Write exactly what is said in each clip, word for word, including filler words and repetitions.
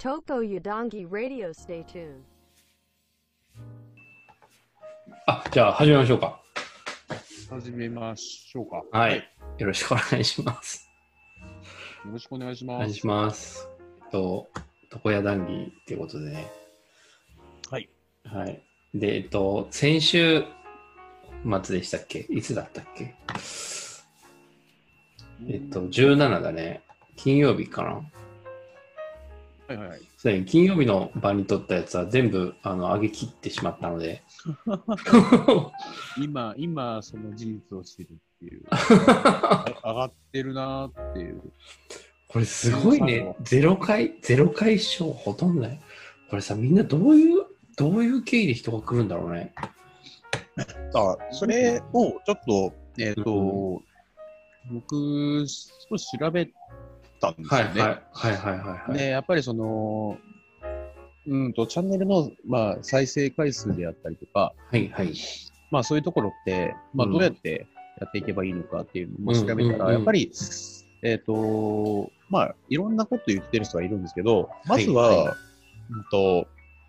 Toko Yadongi Radio Station. あ、じゃあ始めましょうか。 始めましょうか。 はい。よろしくお願いします。 よろしくお願いします。 お願いします。えっと、床屋談義っていうことでね。 はい。 はい。で、えっと、先週末でしたっけ？いつだったっけ？えっと、じゅうしちだね。金曜日かな。 はいはいはい。 すでに金曜日の場に撮ったやつは全部あの上げ切ってしまったので。 今、今、その事実を知るっていう。上がってるなーっていう。 これすごいね。ゼロ回、ゼロ回視聴ほとんどない。これさ、みんなどういう、どういう経緯で人が来るんだろうね。 あ、それをちょっと、えっと、うん、僕、少し調べたんですよね。 はいはいはいはいはい。 で、やっぱりその、うんと、チャンネルの、まあ、再生回数であったりとか、 はいはい。 まあ、そういうところって、まあ、どうやってやっていけばいいのかっていうのも調べたら、やっぱり、えっと、まあ、いろんなこと言ってる人がいるんですけど、まずは、はいはい、うんと、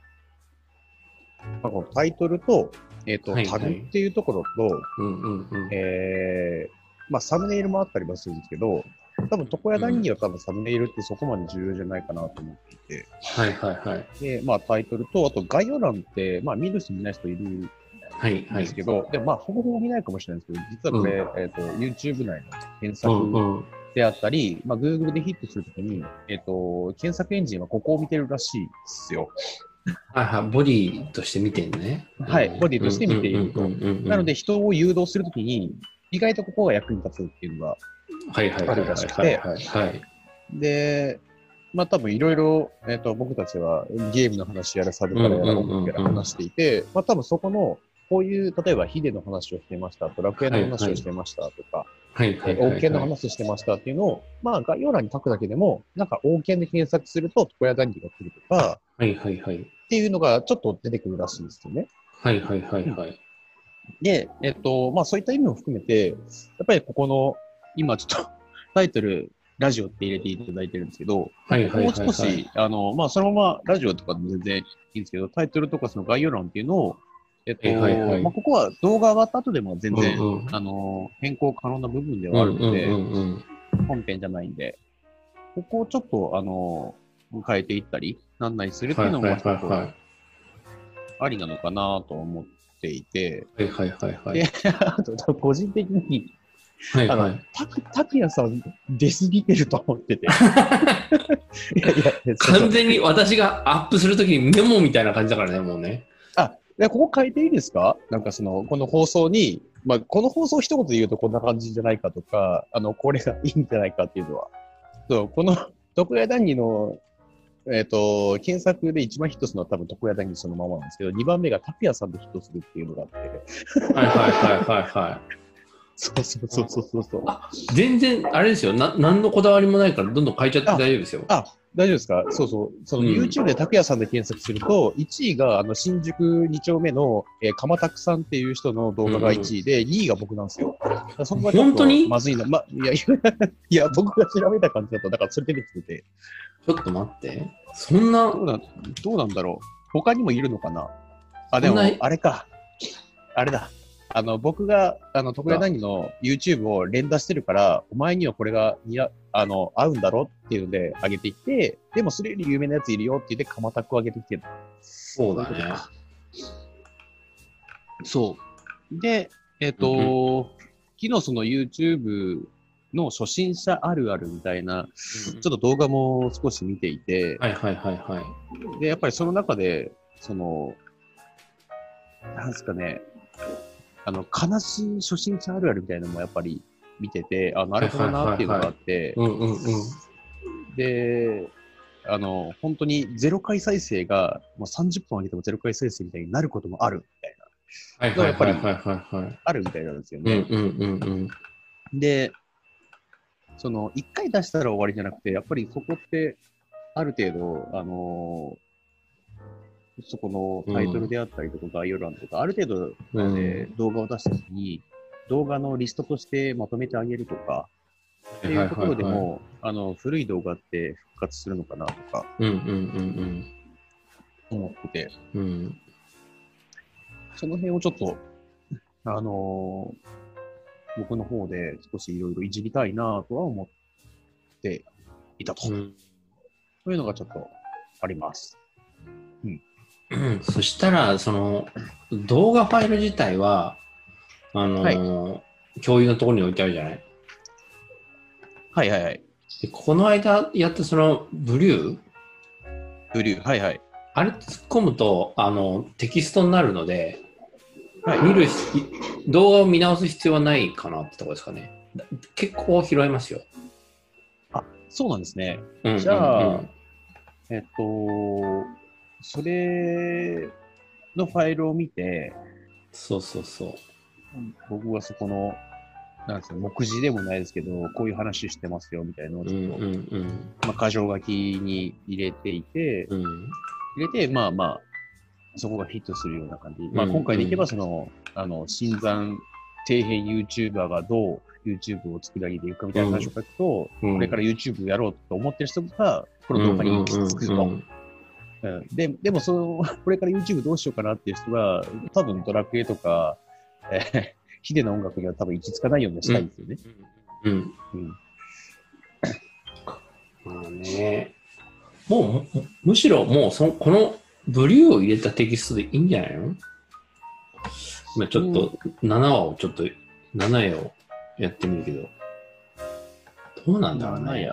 まあ、このタイトルと、えっと、はいはい、タグっていうところと、うんうんうん、えー、まあ、サムネイルもあったりはするんですけど、多分、床屋談義は多分サムネイルってそこまで重要じゃないかなと思っていて。 はいはいはい。 で、まあタイトルと、あと概要欄って、まあ見る人見ない人いるんですけど、はいはい、でもまあほぼほぼ見ないかもしれないんですけど、実はこれ、うん、えっ、ー、と、YouTube 内の検索であったり、うんうん、まあ Google でヒットするときに、えっ、ー、と、検索エンジンはここを見てるらしいですよ。 はいはい、ボディとして見てるね。 はい、ボディとして見ていると。なので人を誘導するときに、意外とここが役に立つっていうのが、あるらしくて、で、まあ多分いろいろ、えっと、僕たちはゲームの話やらサブからやら音楽やら話していて、まあ多分そこの、こういう、例えばヒデの話をしてました、ドラクエの話をしてましたとか、王権の話してましたっていうのを、まあ概要欄に書くだけでも、なんか王権で検索すると床屋談義が来るとか、 はいはいはい。 っていうのがちょっと出てくるらしいんですよね。 はいはいはいはい。 で、えっと、まあそういった意味も含めて、やっぱりここの、今ちょっとタイトル、ラジオって入れていただいてるんですけど、はいはいはいはい、もう少し、あの、まあ、そのままラジオとかでも全然いいんですけど、タイトルとかその概要欄っていうのを、えっと、はいはいはい、まあ、ここは動画上がった後でも全然、うんうん、あの、変更可能な部分ではあるので、うんうんうんうん、本編じゃないんで、ここをちょっと、あの、変えていったり、なんなりするっていうのも、ちょっと、ありなのかなと思っていて、 はいはいはいはい。 で、あと、個人的に、 はいはい、 あの、たく、たくやさん出過ぎてると思ってて。いやいや、完全に私がアップするときにメモみたいな感じだからね、もうね。 あ、でここ書いていいですか？なんかその、この放送に、まあ、この放送一言で言うとこんな感じじゃないかとか、あの、これがいいんじゃないかっていうのは。そう、この、床屋談義の、えっ、ー、と、検索で一番ヒットするのは多分床屋談義そのままなんですけど、にばんめがたくやさんでヒットするっていうのがあって。 はいはいはいはいはい。 そうそうそうそうそう。 あ、全然、あれですよ。な、何のこだわりもないから、どんどん変えちゃって大丈夫ですよ。 あ、あ大丈夫ですか？そうそう。その YouTube で拓也さんで検索すると、うん、いちいが、あの、新宿に丁目の、えー、鎌拓さんっていう人の動画がいちいで、うん、にいが僕なんですよ。そこがちょっとまずいな。ま、いや、いや、いや、僕が調べた感じだと、だからそれ出てきてて。 ちょっと待って。そんな。 どうなん、どうなんだろう。他にもいるのかな？あ、でも、あれか。あれだ。あの、僕が、あの、床屋談義の YouTube を連打してるから、お前にはこれが、いや、あの、合うんだろっていうので上げていって、でもそれより有名なやついるよって言って、かまたく上げてきてる。 そうだね。 そう。で、えっ、ー、と、うんうん、昨日その YouTube の初心者あるあるみたいな、うん、ちょっと動画も少し見ていて、 はいはいはいはい。 で、やっぱりその中で、その、なんですかね、あの、悲しい初心者あるあるみたいなのもやっぱり見てて、あ、なるほどなっていうのがあって、で、あの、本当にゼロ回再生が、もうさんじゅっぷん上げてもゼロ回再生みたいになることもあるみたいな。 はいはいはいはいはい。 あるみたいなんですよね。で、その、いっかい出したら終わりじゃなくて、やっぱりそこって、ある程度、あのー、そこのタイトルであったりとか概要欄とか、うん、ある程度まで動画を出したときに、うん、動画のリストとしてまとめてあげるとか、っていうところでも、 あの、古い動画って復活するのかなとか、 うんうんうん思ってて、 うん。うん。 その辺をちょっと、あのー僕の方で少しいろいろいじりたいなとは思っていたと。 うん、 そういうのがちょっとあります。 うん、そしたら、その、動画ファイル自体は、あのーはい、共有のところに置いてあるじゃない。 はいはいはい。 でこの間やったその、ブリューブリュー、はいはい。 あれ突っ込むと、あの、テキストになるので、 はい、 見る動画を見直す必要はないかなってところですかね。結構拾えますよ。 あ、そうなんですね。 うんうんうん、 じゃあ、えっと、それのファイルを見て、 そうそうそう。 僕はそこの、なんですか、目次でもないですけど、こういう話してますよみたいなのをちょっと、うんうんうん、まあ、箇条書きに入れていて、うん、入れて、まあまあ、そこがヒットするような感じ。まあ今回でいけば、その、あの、新参底辺 YouTuber がどう YouTube を作り上げていくかみたいな話を書くと、うん、これから YouTube やろうと思ってる人が、この動画に行き着くと。で、でもその、これから YouTube どうしようかなっていう人が、多分ドラクエとか、えー、ヒデの音楽には多分行き着かないようにしたいんですよね。うん。うん。うん、 まあね。もう、むしろもうそ、この、ブリューを入れたテキストでいいんじゃないの？今ちょっとななわをちょっとななえをやってみるけど。どうなんだろうね。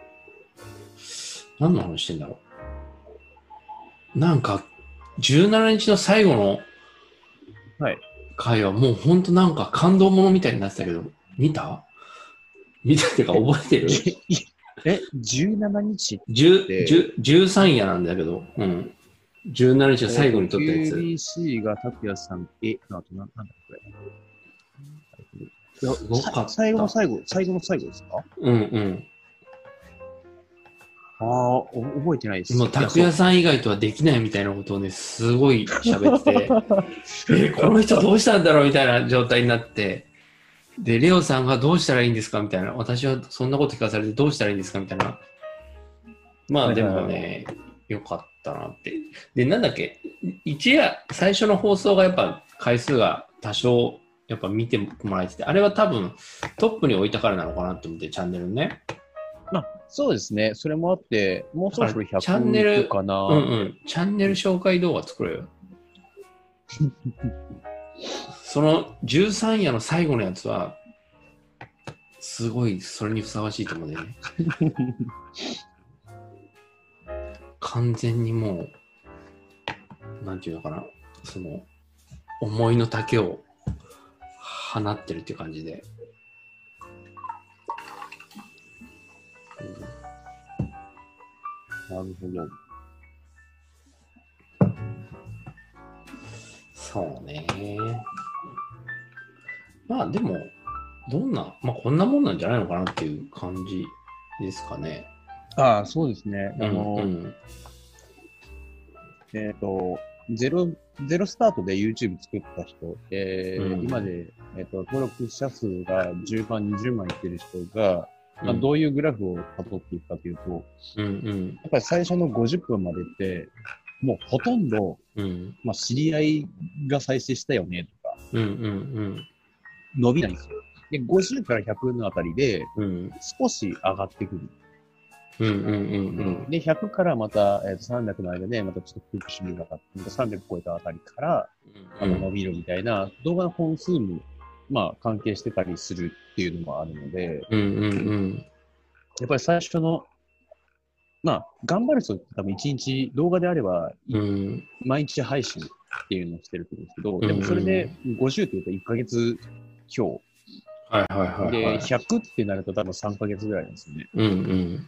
何の話してんだろう。なんか、じゅうしちにちの最後の回はもうほんとなんか感動ものみたいになってたけど、見た？見たっていうか覚えてる？ え、じゅうしちにちってじゅうさん夜なんだけど、うん。じゅうしちにちの最後に撮ったやつ。 キュービーシー が拓也さん、え、なんだ、なんだこれ。いや、すごかった。最後の最後、最後の最後ですか？ うんうん。 ああ、覚えてないです。 もう拓也さん以外とはできないみたいなことをね、すごい喋ってて、え、この人どうしたんだろうみたいな状態になって、で、レオさんがどうしたらいいんですかみたいな。私はそんなこと聞かされてどうしたらいいんですかみたいな。まあでもね、よかったなって。で、なんだっけ、一夜、最初の放送がやっぱ回数が多少やっぱ見てもらえてて、あれは多分トップに置いたからなのかなって思って、チャンネルね。 まあ、そうですね。それもあって、もうそろそろひゃくチャンネルかな。 うんうん。チャンネル紹介動画作れよ。そのじゅうさん夜の最後のやつは、すごいそれにふさわしいと思うんだよね。完全にもう、なんていうのかな、その、思いの丈を放ってるっていう感じで。 うん、なるほど。 そうね。まあでも、どんな、まあこんなもんなんじゃないのかなっていう感じですかね。 ああ、そうですね。あの、 うんうん、 えっ、ー、と、ゼロ、ゼロスタートで YouTube 作った人、えーうん、今で、えーと、登録者数がじゅうまん、にじゅうまんいってる人が、まあ、どういうグラフを辿っていくかというと、うんうん、やっぱり最初のごじゅっぷんまでって、もうほとんど、うん、まあ、知り合いが再生したよねとか、うんうんうん、伸びないんですよ。で、ごじゅうからひゃくのあたりで、少し上がってくる。うんうんうんうん、で、ひゃくからまた、えー、とさんびゃくの間で、またちょっと苦しみがかかって、またさんびゃく超えたあたりから、うんうん、あの伸びるみたいな、動画の本数も、まあ、関係してたりするっていうのもあるので、うんうんうん、やっぱり最初の、まあ、頑張る人って多分いちにち、動画であれば、うん、毎日配信っていうのをしてると思うんですけど、うんうん、でもそれでごじゅうっていうといっかげつ強。はいはいはい、はい。で、ひゃくってなると多分さんかげつぐらいなんですよね。うんうん。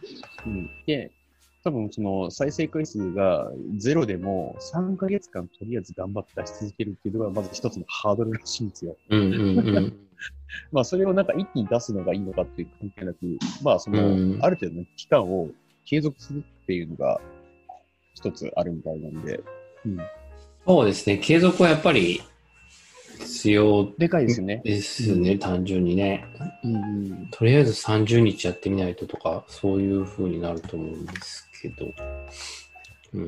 うん、で、多分その再生回数がゼロでもさんかげつかんとりあえず頑張って出し続けるっていうのがまず一つのハードルらしいんですよ。うんうんうん、まあそれをなんか一気に出すのがいいのかっていう関係なく、まあその、うん、ある程度の期間を継続するっていうのが一つあるみたいなんで。うん、 そうですね。継続はやっぱり必要でかいですよね。 ですね、単純にね。 うんうん、 とりあえずさんじゅうにちやってみないととか、そういう風になると思うんですけど。うん。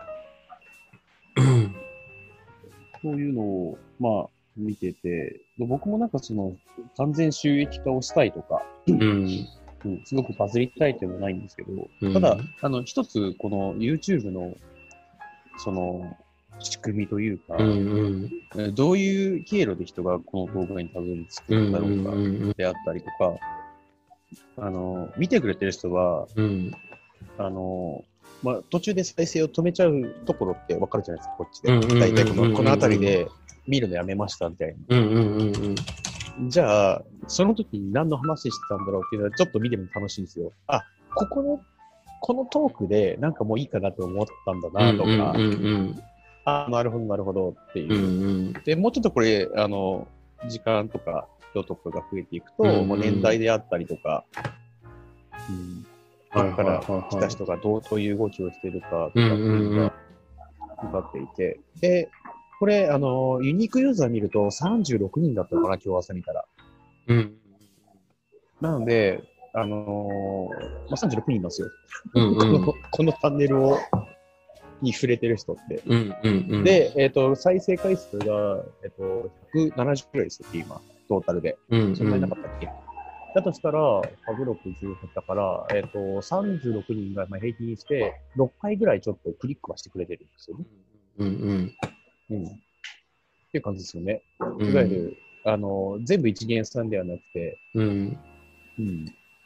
そういうのを、まあ、見てて、僕もなんかその、完全収益化をしたいとか、 うんうん、すごくバズりたいっていうのはないんですけど、 うん、 ただ、あの、一つ、この YouTube の、その、仕組みというか、 うんうん、 どういう経路で人がこの動画にたどり着くんだろうか、であったりとか、あの、見てくれてる人は、 うん、 あの、まあ、途中で再生を止めちゃうところってわかるじゃないですか、こっちで。大体この、この辺りで見るのやめましたみたいな。 うんうんうんうん、じゃあ、その時に何の話してたんだろうっていうのはちょっと見ても楽しいんですよ。あ、ここの、このトークでなんかもういいかなと思ったんだなとか、 うんうんうん、 あ、なるほどなるほどっていう。 うんうん、 で、もうちょっとこれ、あの、時間とか人とかが増えていくと、うんうん、もう年代であったりとか、うん、ここから来た人がどう、どういう動きをしているかとかっていうのが分かっていて、で、これ、あの、ユニークユーザー見るとさんじゅうろくにんだったのかな、今日朝見たら。 うん。 なので、あのー、まあ、さんじゅうろくにんなんですよ。 うんうん、 この、このチャンネルを、に触れてる人って。 うんうんうん、で、 えっ、ー、と、再生回数が、えっ、ー、と、ひゃくななじゅうくらいですよ、今、トータルで。 うんうん、 そんなになかったっけ？だとしたら、ハブろくじゅうだから、えっ、ー、と、さんじゅうろくにんが平均してろっかいぐらいちょっとクリックはしてくれてるんですよね。 うんうん。 うん。っていう感じですよね。いわゆる、うん、あの、全部一元さんではなくて、 うん。 うん。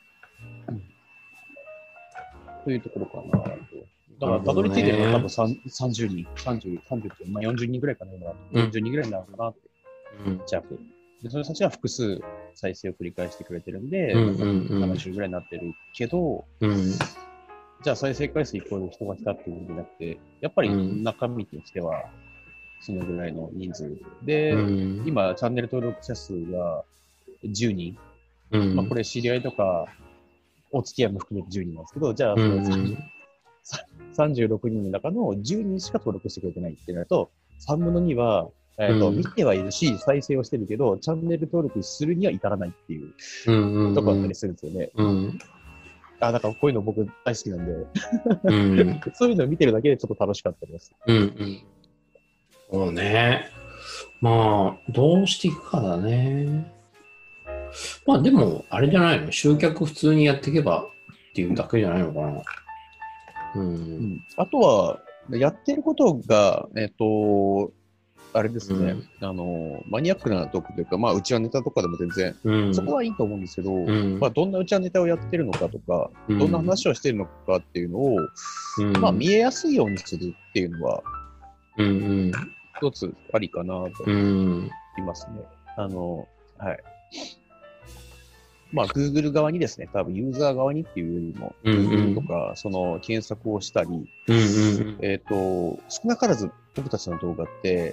というところかなと。だから、たどり着いてるのは多分さんじゅうにん、さんじゅう、さんじゅうって、まあよんじゅうにんぐらいかな、今だと。よんじゅうにんぐらいになるかなって。うん。弱。で、それたちは複数再生を繰り返してくれてるんで、うんうんうん、ななじゅうぐらいになってるけど、うん、じゃあ再生回数イコール人が来たっていうんじゃなくて、やっぱり中身としては、そのぐらいの人数。で、うん、今、チャンネル登録者数がじゅうにん。うん、まあ、これ知り合いとか、お付き合いも含めてじゅうにんなんですけど、じゃあ、その、うん、さんじゅうろくにんの中のじゅうにんしか登録してくれてないってなると、さんぶんのには、えーとうん、見てはいるし、再生をしてるけど、チャンネル登録するには至らないっていう、うんうんうん、とこだったりするんですよね。うん、あ、だからこういうの僕大好きなんで、うん、そういうのを見てるだけでちょっと楽しかったです。 うんうん、そうね。まあ、どうしていくかだね。まあでも、あれじゃないの？集客普通にやっていけばっていうだけじゃないのかな。 うんうん、あとは、やってることが、えっと、あれですね、うん、あの、マニアックなトークというか、まあ、うちわネタとかでも全然、うん、そこはいいと思うんですけど、うん、まあ、どんなうちわネタをやってるのかとか、うん、どんな話をしてるのかっていうのを、うん、まあ、見えやすいようにするっていうのは、うんうん、一つありかなと思いますね。あの、はい。まあ、Google 側にですね、多分ユーザー側にっていうよりも、うんうん、Google とか、その検索をしたり、うんうん、えっと、少なからず僕たちの動画って、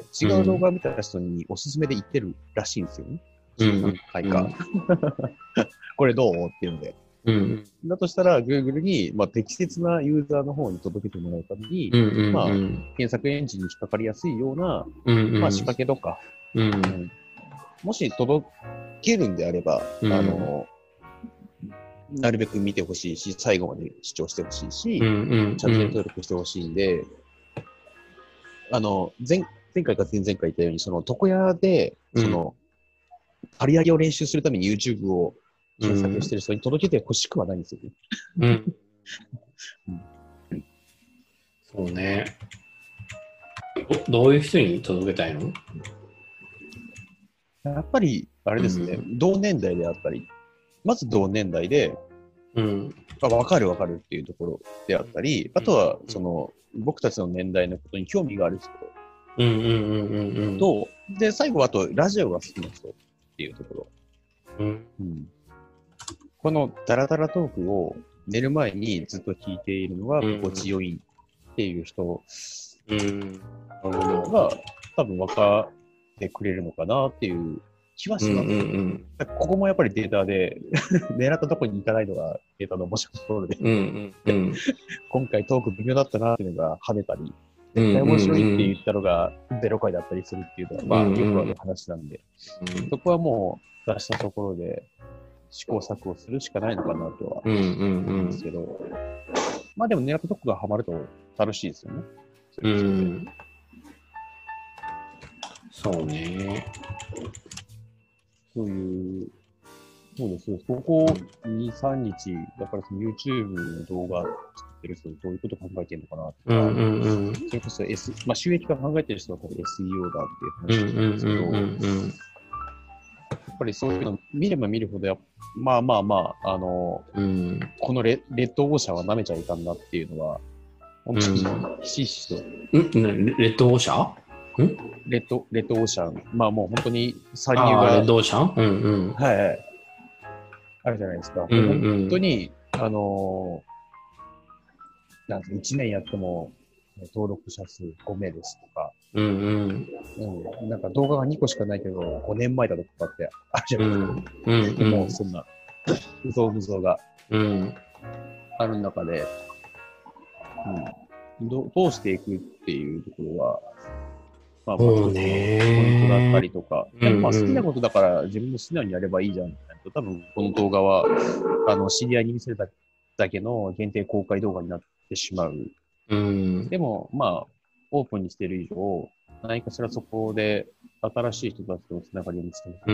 違う動画を見た人におすすめで言ってるらしいんですよね。うん、何回か。うん、これどうっていうので。うん、だとしたら、Google に、まあ、適切なユーザーの方に届けてもらうために、うんうんうん、まあ、検索エンジンに引っかかりやすいような、うんうん、まあ、仕掛けとか、うんうん、もし届けるんであれば、うん、あの、なるべく見てほしいし、最後まで視聴してほしいし、うんうんうん、チャンネル登録してほしいんで、あの、前、前回か前々回言ったように、その、床屋で、その、張り上げを練習するために YouTube を検索してる人に届けてほしくはないんですよね。うんうん、そうね。ど、どういう人に届けたいの？ やっぱり、あれですね、うん、同年代であったり、まず同年代で、うん、わかるわかるっていうところであったり、あとは、その、うん、僕たちの年代のことに興味がある人と、で、最後はあと、ラジオが好きな人っていうところ。うんうん、このダラダラトークを寝る前にずっと聞いているのが心地よいっていう人が多分分かってくれるのかなっていう気はします。うんうんうん、ここもやっぱりデータで狙ったところに行かないのがデータの面白いところで、うんうんうん、今回トーク微妙だったなっていうのが跳ねたり絶対面白いって言ったのがゼロ回だったりするっていうのは、まあ、よくある話なんで、うん、そこはもう出したところで試行錯誤するしかないのかなとは思うんですけど、うんうんうん、まあでも狙ったとこがハマると楽しいですよね。 うん。そうね。 そういう、そうです。ここに、さんにち、やっぱりその YouTube の動画作ってる人、どういうこと考えてるのかなとか、 うんうんうん、 それこそ、S、まあ収益化考えてる人は エスイーオー だっていう話なんですけど、やっぱりそういうの見れば見るほどや、まあまあまあ、あの、うん、このレレッドオーシャンは舐めちゃいかんなっていうのは、本当にひしひしと。 んレッドオーシャンんレッド、レッドオーシャン。まあもう本当に参入が。 レッドオーシャンうんうん。 はいはい。あるじゃないですか。うんうん、本当に、あのー、なんていちねんやっても登録者数ごめいですとか、 うんうんうん、なんか動画がにこしかないけどごねんまえだとかってあるじゃないですか。うんうんうん、もうそんな、うぞうぞがある中で、うん、ど, どうしていくっていうところは、まあ、まあ、ポイントだったりとか、うんうん、まあ好きなことだから自分の好きなようにやればいいじゃんみたいな。多分この動画は、あの、知り合いに見せるだけの限定公開動画になってしまう。 うん、 でも、まあ、オープンにしている以上、何かしらそこで新しい人たちとのつながりを見つけて、うん、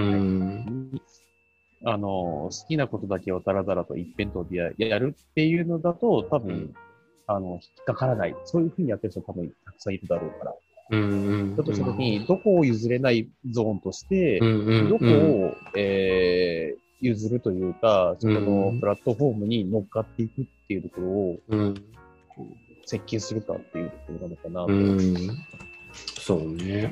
あの、好きなことだけをだらだらと一辺倒で や, やるっていうのだと、多分、うん、あの、引っかからない。そういうふうにやってる人多分たくさんいるだろうから。 うんうんうん、 だとしたときに、どこを譲れないゾーンとして、うんうんうん、どこを、えー、譲るというか、そのプラットフォームに乗っかっていくっていうところを、うん、設計するかっていうところなのかなと、うん。 そうね。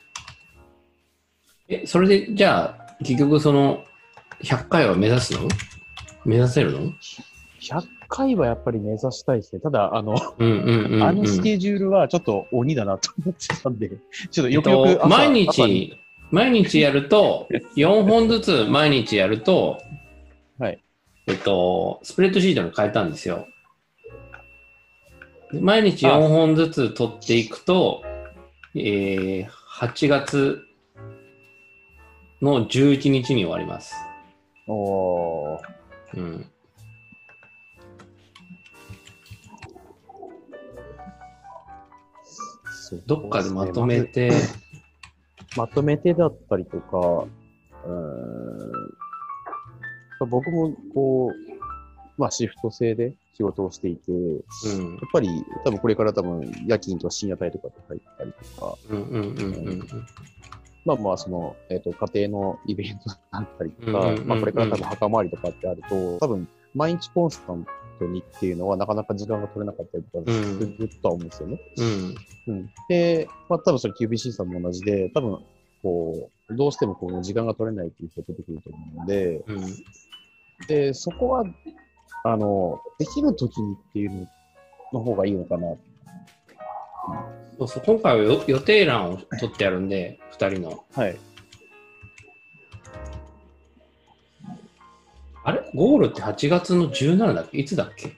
え、それで、じゃあ、結局その、ひゃっかいは目指すの？目指せるの？ ひゃっかいはやっぱり目指したいですね。ただ、あの、 うんうんうんうん、 あのスケジュールはちょっと鬼だなと思ってたんで、ちょっとよくよく、 えっと、毎日、毎日やると、よんほんずつ毎日やると、 はい。 えっと、スプレッドシートに変えたんですよ。毎日よんほんずつ取っていくと、えー、はちがつのじゅういちにちに終わります。 おー。 うん。どっかでまとめて、 ま, まとめてだったりとか、うーん僕もこう、まあシフト制で仕事をしていて、うん、やっぱり多分これから多分夜勤とか深夜帯とかって入ったりとか、まあまあその、えっと、家庭のイベントだったりとか、うんうんうんうん、まあこれから多分墓参りとかってあると、多分毎日コンスタントにっていうのはなかなか時間が取れなかったりとかするとは思うんですよね。 うんうん、で、まあ多分それ キュービーシー さんも同じで、多分こう、どうしてもこう時間が取れないっていう人が出てくると思うので、うん、で、そこは、あの、できるときにっていうの方がいいのかな。 そうそう、今回は予定欄を取ってあるんで、ふたりの。 はい。 あれゴールってはちがつのじゅうしちだっけいつだっけん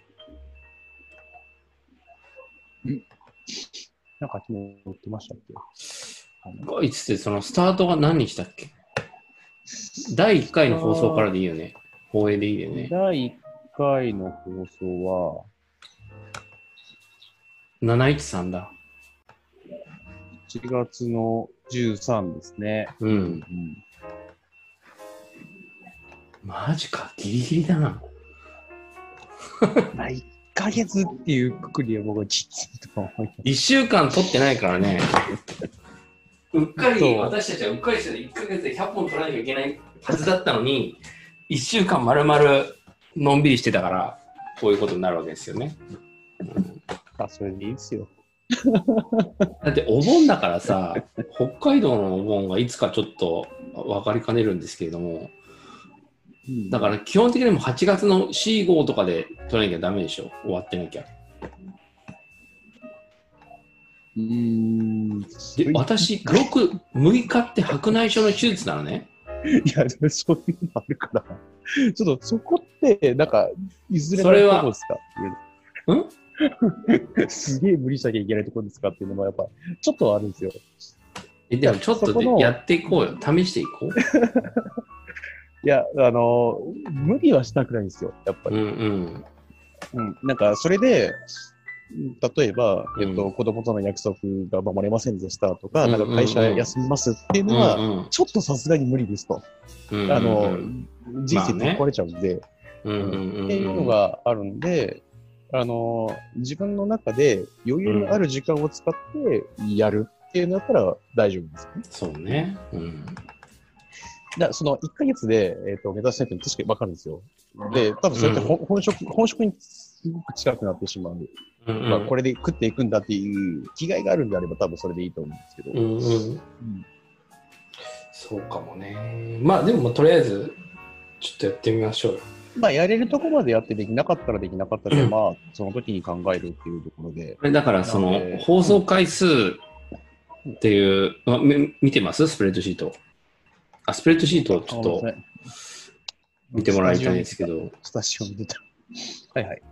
なんか昨日言ってましたっけいつってそのスタートが何日だっけだいいっかいの放送からでいいよね。放映でいいよね。 だいいっかいの放送は、 なないちさんだ。 いちがつのじゅうさんですね。 うん。うん、マジか、ギリギリだな。 まあ、いっかげつっていうくくりは僕はきついと思います。 いっしゅうかん取ってないからね。うっかり、私たちはうっかりしていっかげつでひゃっぽん取らなきゃいけないはずだったのに、いっしゅうかん丸々のんびりしてたから、こういうことになるわけですよね。 あ、それでいいですよ。 だってお盆だからさ、北海道のお盆がいつかちょっと分かりかねるんですけれども、だから基本的にもはちがつの よん、ごとかで取らなきゃダメでしょ。終わってなきゃ。 うーん。 で、私、ろく、むいかって白内障の手術なのね。 いや、そういうのあるから。ちょっとそこって、なんか、いずれのそれは、 ですかんすげえ無理しなきゃいけないところですかっていうのもやっぱちょっとあるんですよ。 え、でもちょっとでやっていこうよ。試していこう。 いや、あの、無理はしたくないんですよ、やっぱり。 うんうん。 うん。なんか、それで、例えば、えっと、 うん子供との約束が守れませんでしたとか、 うんうんうんなんか会社休みますっていうのうんは、 うんちょっとさすがに無理ですと。 うんうんあの、 うん人生ぶっ壊れちゃうんで、 うんうんうんっていうのがあるんで、あの、自分の中で余裕のある時間を使ってやるっていうのだったら大丈夫ですよね。 そうね。うん。 だそのいっかげつで、えっと目指したいって確かに分かるんですよ。で、多分それって本,、本職、本職にすごく近くなってしまう。 うんうんまあ、これで食っていくんだっていう気概があるんであれば多分それでいいと思うんですけど。 うんうん。 うんそうかもね。まあでもとりあえず、ちょっとやってみましょうよ。 まあ、やれるとこまでやってできなかったらできなかったで、まあ、その時に考えるっていうところで。 これだからそのなんで放送回数っていう、あみ見てますスプレッドシート。あ、スプレッドシートをちょっと見てもらいたいんですけど。 スタジオに出た。はいはい。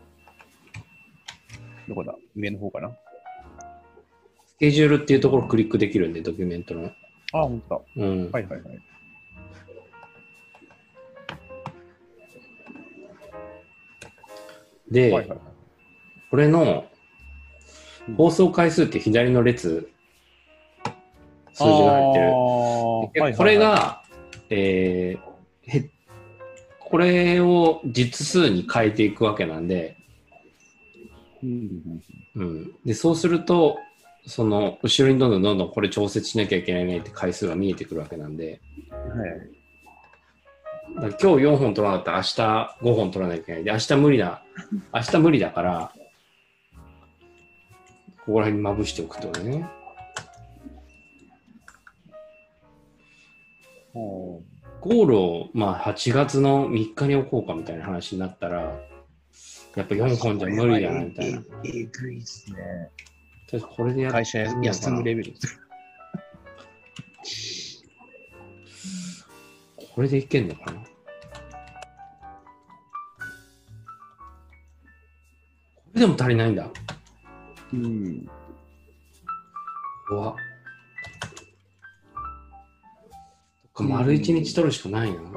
どこだ上の方かな。 スケジュールっていうところをクリックできるんで、ドキュメントの。 あ、ほんとだ。 うん。 はいはいはい。 で、 はいはいはい。 これの放送回数って左の列、数字が入ってる。 あーではいはいはいこれが、えーへ、これを実数に変えていくわけなんで、 うんうんうん、でそうすると、その後ろにどんどんどんどんこれ調節しなきゃいけないねって回数が見えてくるわけなんで、 うんはいだから今日よんほん取らなかったら明日ごほん取らなきゃいけないで、明日無理だ、明日無理だから、ここら辺にまぶしておくってことね。 ほゴールを、まあ、はちがつのみっかに置こうかみたいな話になったら、やっぱよんほんじゃ無理だなみたいな。とりえぐいっすね。 あえずこれでやっ会社休むレベルです。 これでいけんのかな。これでも足りないんだ。 うん。 怖っ。そっか、丸一日取るしかないな。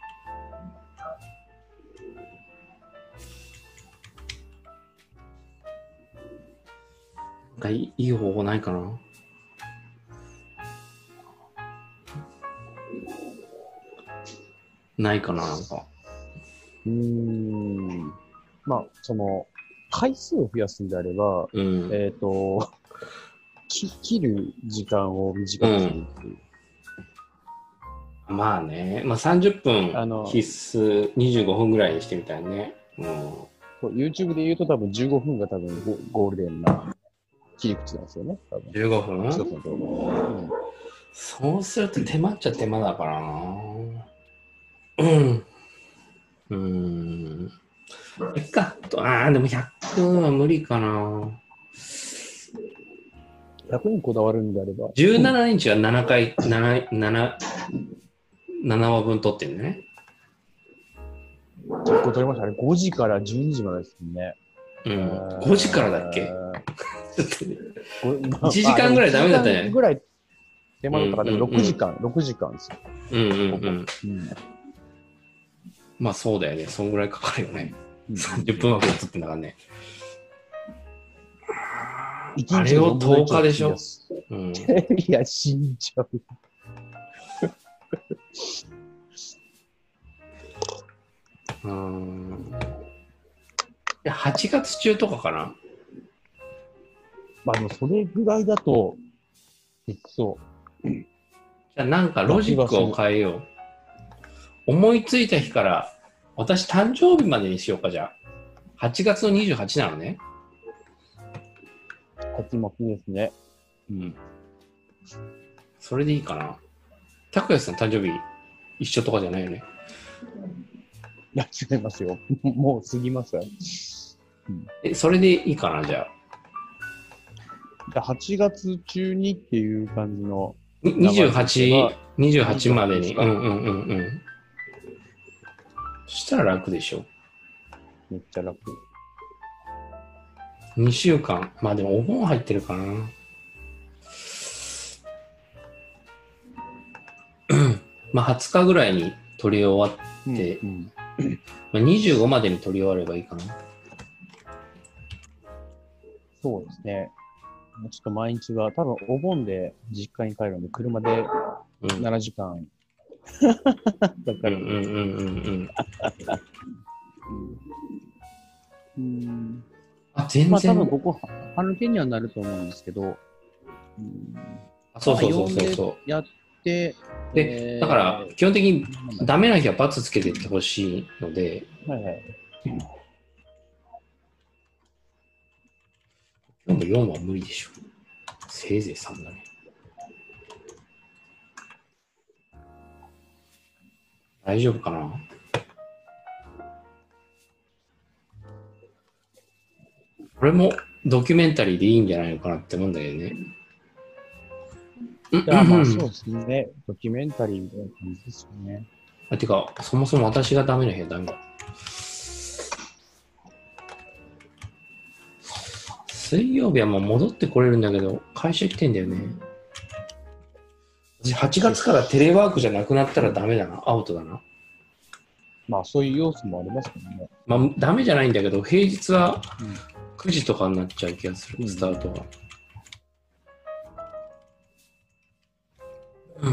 なんかいいいい方法ないかな。ないかな、なんか。 うーん。まあ、その、回数を増やすんであれば、 うん。 えっ、と、き切る時間を短くするっていう。 まあね、まあさんじゅっぷんあの必須にじゅうごふんぐらいにしてみたいね。うん。 そう YouTube で言うと多分じゅうごふんが多分ゴゴールデンな切り口なんですよね。多分じゅうごふん一つの動画うんそうすると手間っちゃ手間だからな。うん。うーん。いっか。ああ、でもひゃくは無理かな。 ひゃくにこだわるんであれば。 じゅうななインチはななかい、なな、なな、ななわぶん撮ってるんだね。 結構撮りましたね。ごじからじゅうにじまでですね。 うん。ごじからだっけちょっとね。 ごいちじかんぐらいダメだったねいちじかんぐらい手間だったから、でもうんうんうんろくじかん、ろくじかんですよ。 うんうんうん。 うんまあそうだよね。そんぐらいかかるよね。 うんさんじゅっぷん枠で撮ってんだからね。 一日あれをとおかでしょのうん。 いや、死んじゃう。 うーん。いや、はちがつ中とかかな。 まあでもそれぐらいだと、できそう。 じゃあなんかロジックを変えよう。思いついた日から、私誕生日までにしようか、じゃあ。はちがつのにじゅうはちなのね。 勝ち負けですね。 うん。それでいいかな。拓也さん誕生日一緒とかじゃないよね。 いや、違いますよ。もう過ぎますよ。 え、それでいいかな、じゃあ。 はちがつ中にっていう感じの。 ににじゅうはち、にじゅうはちまでに。 にじゅうはちうんうんうんうん。そしたら楽でしょ。 めっちゃ楽。 にしゅうかん。まあでもお盆入ってるかな。まあはつかぐらいに撮り終わって、うんうん、まあ、にじゅうごまでに撮り終わればいいかな。 そうですね。ちょっと毎日が、多分お盆で実家に帰るので、車でななじかん、うん、だから、うんうんうんうんうん。あ、全然。まあ多分ここ、春天にはなると思うんですけど、 うん、あ、そうそうそうそうそう。 やって、 で、えー、だから基本的にダメな日はバツつけていってほしいので、はいはい。今日もよんは無理でしょ。せいぜいさんだね。大丈夫かな？これもドキュメンタリーでいいんじゃないのかなって思うんだけどね。 いや、まあそうですね。ドキュメンタリーみたいな感じですよね。 あ、てか、そもそも私がダメな日はダメだ。水曜日はもう戻ってこれるんだけど、会社来てんだよね。はちがつからテレワークじゃなくなったらダメだな。アウトだな。 まあそういう要素もありますけどね。 まあダメじゃないんだけど、平日はくじとかになっちゃう気がする、うん、スタートは。うん。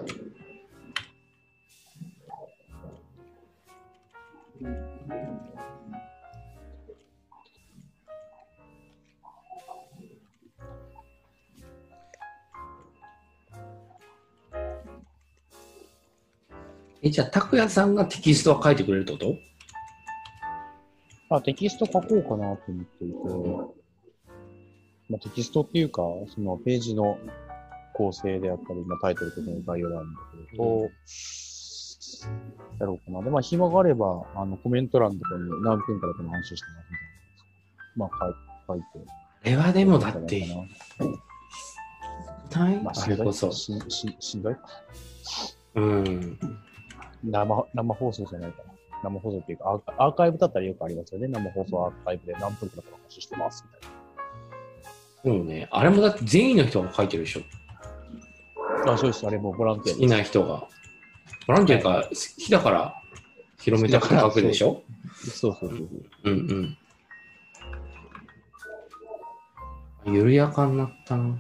え、じゃあ、拓也さんがテキストは書いてくれるってこと？ あ、テキスト書こうかなと思っていて、まあ、テキストっていうか、そのページの構成であったり、まあ、タイトルとかの概要欄だけど、うん、やろうかな。で、まあ、暇があれば、あの、コメント欄とかに何分からこの話してますみたいな。まあ、書いて。 これはでもだって、 まあ、しんどい。しししんどいか。 うん。 生、生放送じゃないかな。生放送っていうかアー、アーカイブだったらよくありますよね。生放送アーカイブで何分くらいから話してますみたいな。そうね。あれもだって全員の人が書いてるでしょ。 あ、そうです。あれもボランティアです。 好きな人が。ボランティアか、はい、好きだから広めたくて書くでしょ。 そうそうそうそう。 うんうん。緩やかになったな。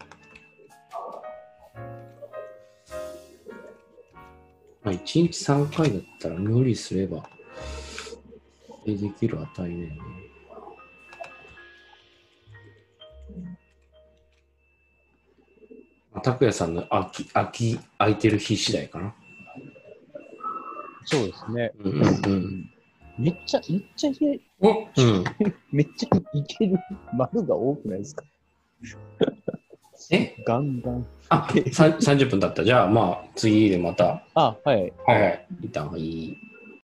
まあ、いちにちさんかいだったら無理すればできる値だよね。拓也さんの空き、空き、空いてる日次第かな。 そうですね。 うんうんうん、 めっちゃ、めっちゃいける。 うん、 めっちゃいける丸が多くないですか？ えガンガン。 あ、さんじゅっぷん経った。じゃあ、まあ、次でまた。 あ、はい。 はい。一旦、はい。